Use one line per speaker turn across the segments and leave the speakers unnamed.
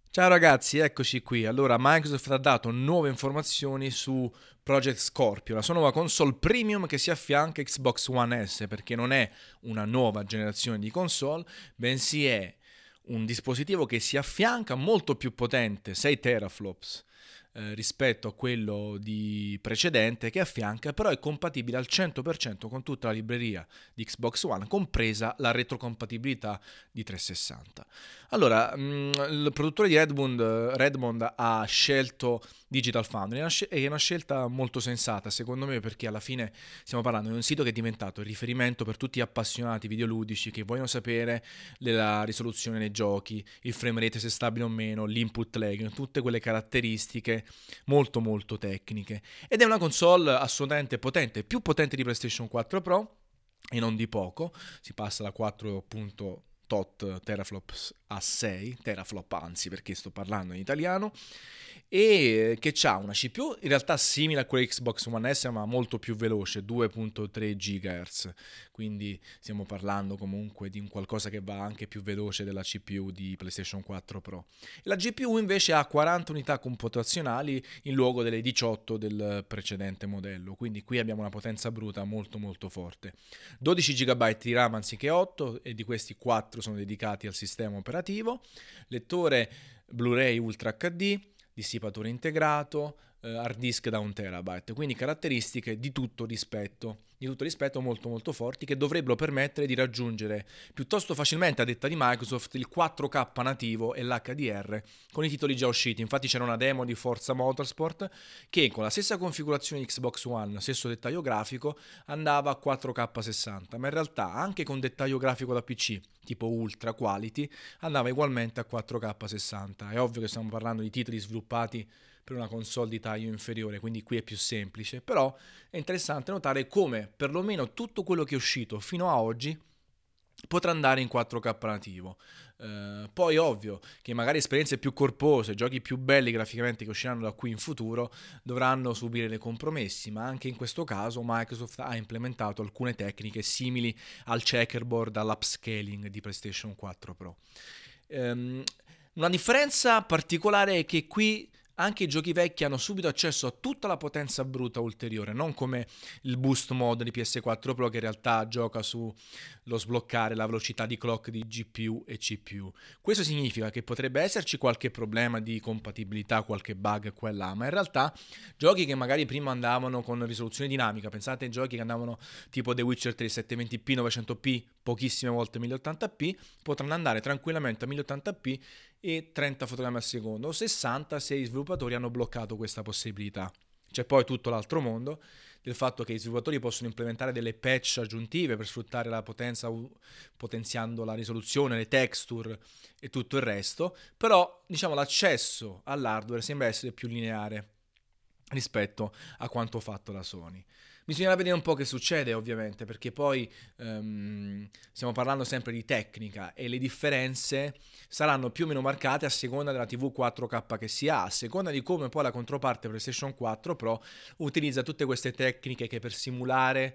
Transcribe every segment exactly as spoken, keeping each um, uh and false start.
Ciao ragazzi, eccoci qui. Allora, Microsoft ha dato nuove informazioni su Project Scorpio, la sua nuova console premium che si affianca a Xbox One S, perché non è una nuova generazione di console, bensì è un dispositivo che si affianca molto più potente, sei teraflops, eh, rispetto a quello di precedente che affianca, però è compatibile al cento per cento con tutta la libreria di Xbox One, compresa la retrocompatibilità di trecentosessanta. Allora, mh, il produttore di Redmond, Redmond ha scelto Digital Foundry, è una, scel- è una scelta molto sensata secondo me, perché alla fine stiamo parlando di un sito che è diventato il riferimento per tutti gli appassionati videoludici che vogliono sapere della risoluzione nei giochi, il frame rate se è stabile o meno, l'input lag, tutte quelle caratteristiche molto molto tecniche. Ed è una console assolutamente potente, più potente di PlayStation quattro Pro e non di poco, si passa da quattro punto tot teraflops a sei teraflop, anzi, perché sto parlando in italiano, e che ha una C P U in realtà simile a quella Xbox One S ma molto più veloce, due virgola tre gigahertz, quindi stiamo parlando comunque di un qualcosa che va anche più veloce della C P U di PlayStation quattro Pro. La G P U invece ha quaranta unità computazionali in luogo delle diciotto del precedente modello, quindi qui abbiamo una potenza bruta molto molto forte. dodici giga di RAM anziché otto, e di questi quattro sono dedicati al sistema operativo, lettore Blu-ray Ultra H D, dissipatore integrato, eh, hard disk da un terabyte, quindi caratteristiche di tutto rispetto, di tutto rispetto molto molto forti, che dovrebbero permettere di raggiungere piuttosto facilmente, a detta di Microsoft, il quattro K nativo e l'H D R con i titoli già usciti. Infatti c'era una demo di Forza Motorsport che con la stessa configurazione di Xbox One, stesso dettaglio grafico, andava a quattro K sessanta, ma in realtà anche con dettaglio grafico da P C tipo Ultra Quality andava ugualmente a quattro K sessanta. È ovvio che stiamo parlando di titoli sviluppati per una console di taglio inferiore, quindi qui è più semplice, però è interessante notare come perlomeno tutto quello che è uscito fino a oggi potrà andare in quattro K nativo. Uh, poi ovvio che magari esperienze più corpose, giochi più belli graficamente che usciranno da qui in futuro dovranno subire dei compromessi, ma anche in questo caso Microsoft ha implementato alcune tecniche simili al checkerboard, all'upscaling di PlayStation quattro Pro. Um, una differenza particolare è che qui anche i giochi vecchi hanno subito accesso a tutta la potenza bruta ulteriore, non come il boost mode di P S quattro Pro che in realtà gioca sullo sbloccare la velocità di clock di G P U e C P U. Questo significa che potrebbe esserci qualche problema di compatibilità, qualche bug qua e là, ma in realtà giochi che magari prima andavano con risoluzione dinamica, pensate ai giochi che andavano tipo The Witcher tre settecentoventi p, novecento p, pochissime volte mille ottanta p, potranno andare tranquillamente a mille ottanta p e trenta fotogrammi al secondo, o sessanta se i sviluppatori hanno bloccato questa possibilità. C'è poi tutto l'altro mondo del fatto che i sviluppatori possono implementare delle patch aggiuntive per sfruttare la potenza potenziando la risoluzione, le texture e tutto il resto, però diciamo l'accesso all'hardware sembra essere più lineare rispetto a quanto fatto da Sony. Bisognerà vedere un po' che succede ovviamente, perché poi um, stiamo parlando sempre di tecnica e le differenze saranno più o meno marcate a seconda della T V quattro K che si ha, a seconda di come poi la controparte PlayStation quattro Pro utilizza tutte queste tecniche che per simulare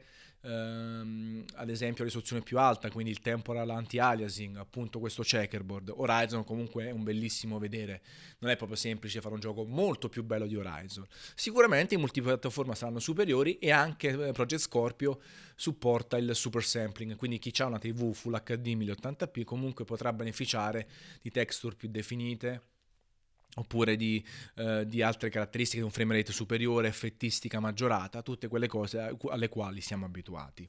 ehm, ad esempio risoluzione più alta, quindi il temporal anti-aliasing, appunto questo checkerboard. Horizon comunque è un bellissimo vedere, non è proprio semplice fare un gioco molto più bello di Horizon. Sicuramente i multipiattaforma saranno superiori e anche Project Scorpio supporta il super sampling, quindi chi ha una T V Full H D mille ottanta p comunque potrà beneficiare di texture più definite oppure di, eh, di altre caratteristiche, un frame rate superiore, effettistica maggiorata, tutte quelle cose alle quali siamo abituati.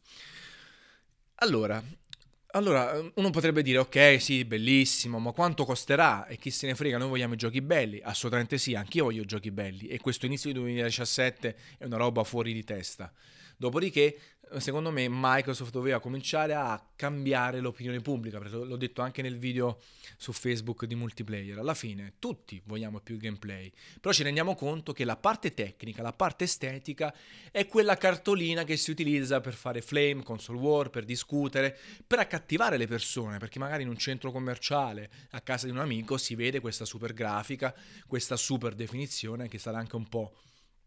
Allora, allora, uno potrebbe dire, ok, sì, bellissimo, ma quanto costerà? E chi se ne frega, noi vogliamo i giochi belli? Assolutamente sì, anch'io voglio i giochi belli. E questo inizio di duemiladiciassette è una roba fuori di testa. Dopodiché, secondo me, Microsoft doveva cominciare a cambiare l'opinione pubblica, perché l'ho detto anche nel video su Facebook di multiplayer. Alla fine, tutti vogliamo più gameplay, però ci rendiamo conto che la parte tecnica, la parte estetica, è quella cartolina che si utilizza per fare flame, console war, per discutere, per accattivare le persone, perché magari in un centro commerciale, a casa di un amico, si vede questa super grafica, questa super definizione che sarà anche un po'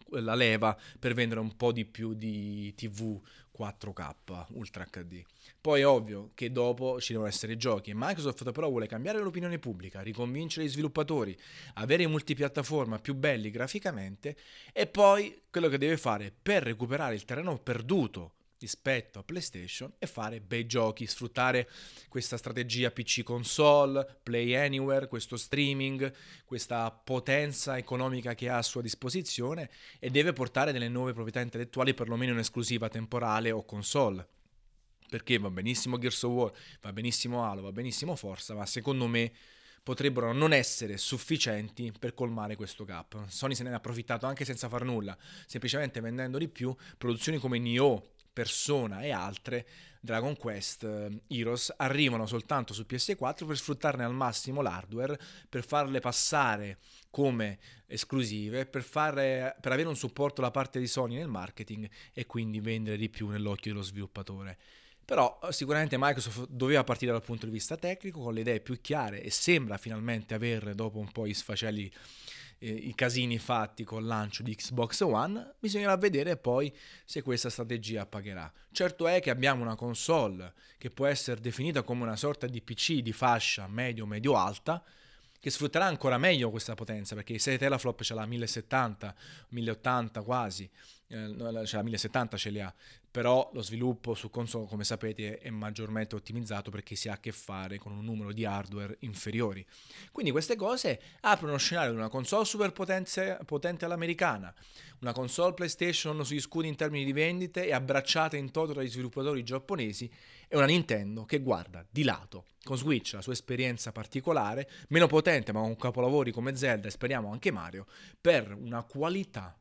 la leva per vendere un po' di più di tivù quattro K Ultra acca di. Poi è ovvio che dopo ci devono essere i giochi e Microsoft però vuole cambiare l'opinione pubblica, riconvincere gli sviluppatori, avere i multipiattaforma più belli graficamente e poi quello che deve fare per recuperare il terreno perduto rispetto a PlayStation e fare bei giochi, sfruttare questa strategia P C console, Play Anywhere, questo streaming, questa potenza economica che ha a sua disposizione e deve portare delle nuove proprietà intellettuali perlomeno in esclusiva temporale o console. Perché va benissimo Gears of War, va benissimo Halo, va benissimo Forza, ma secondo me potrebbero non essere sufficienti per colmare questo gap. Sony se ne è approfittato anche senza far nulla, semplicemente vendendo di più produzioni come Nioh, Persona e altre. Dragon Quest eh, Heroes arrivano soltanto su P S quattro per sfruttarne al massimo l'hardware, per farle passare come esclusive, per, fare, per avere un supporto da parte di Sony nel marketing e quindi vendere di più nell'occhio dello sviluppatore. Però sicuramente Microsoft doveva partire dal punto di vista tecnico con le idee più chiare e sembra finalmente avere, dopo un po' i sfaceli, eh, i casini fatti col lancio di Xbox One. Bisognerà vedere poi se questa strategia pagherà. Certo è che abbiamo una console che può essere definita come una sorta di P C di fascia medio-medio-alta, che sfrutterà ancora meglio questa potenza, perché i sei teraflop ce l'ha mille settanta, mille ottanta quasi, eh, ce l'ha mille settanta ce li ha, però lo sviluppo su console, come sapete, è maggiormente ottimizzato perché si ha a che fare con un numero di hardware inferiori. Quindi queste cose aprono uno scenario di una console super potente, potente all'americana, una console PlayStation sugli scudi in termini di vendite e abbracciata in toto dagli sviluppatori giapponesi, e una Nintendo che guarda di lato con Switch la sua esperienza particolare, meno potente ma con capolavori come Zelda e speriamo anche Mario, per una qualità,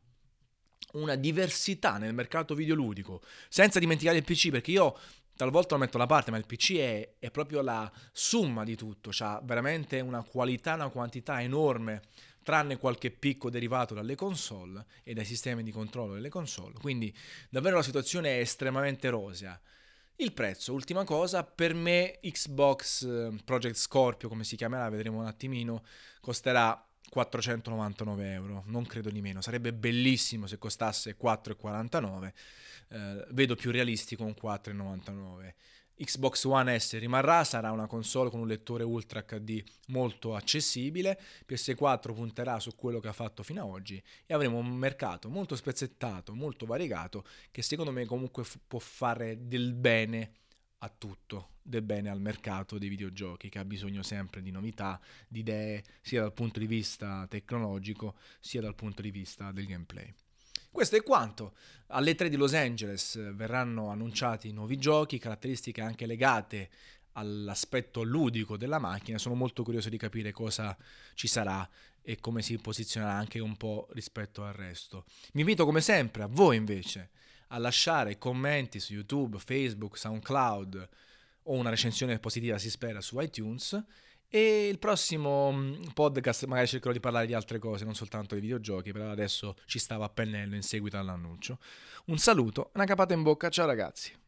una diversità nel mercato videoludico, senza dimenticare il P C, perché io talvolta lo metto da parte, ma il P C è, è proprio la summa di tutto, c'ha veramente una qualità e una quantità enorme, tranne qualche picco derivato dalle console e dai sistemi di controllo delle console, quindi davvero la situazione è estremamente rosea. Il prezzo, ultima cosa, per me Xbox Project Scorpio, come si chiamerà, vedremo un attimino, costerà quattrocentonovantanove euro, non credo di meno. Sarebbe bellissimo se costasse quattro virgola quarantanove, eh, vedo più realistico un quattro virgola novantanove. Xbox One S rimarrà, sarà una console con un lettore Ultra acca di molto accessibile, P S quattro punterà su quello che ha fatto fino ad oggi e avremo un mercato molto spezzettato, molto variegato, che secondo me comunque f- può fare del bene a tutto, del bene al mercato dei videogiochi, che ha bisogno sempre di novità, di idee, sia dal punto di vista tecnologico, sia dal punto di vista del gameplay. Questo è quanto. Alle tre di Los Angeles verranno annunciati nuovi giochi, caratteristiche anche legate all'aspetto ludico della macchina. Sono molto curioso di capire cosa ci sarà e come si posizionerà anche un po' rispetto al resto. Mi invito come sempre a voi invece a lasciare commenti su YouTube, Facebook, SoundCloud o una recensione positiva, si spera, su iTunes. E il prossimo podcast magari cercherò di parlare di altre cose, non soltanto di videogiochi, però adesso ci stava a pennello in seguito all'annuncio. Un saluto, una capata in bocca, ciao ragazzi.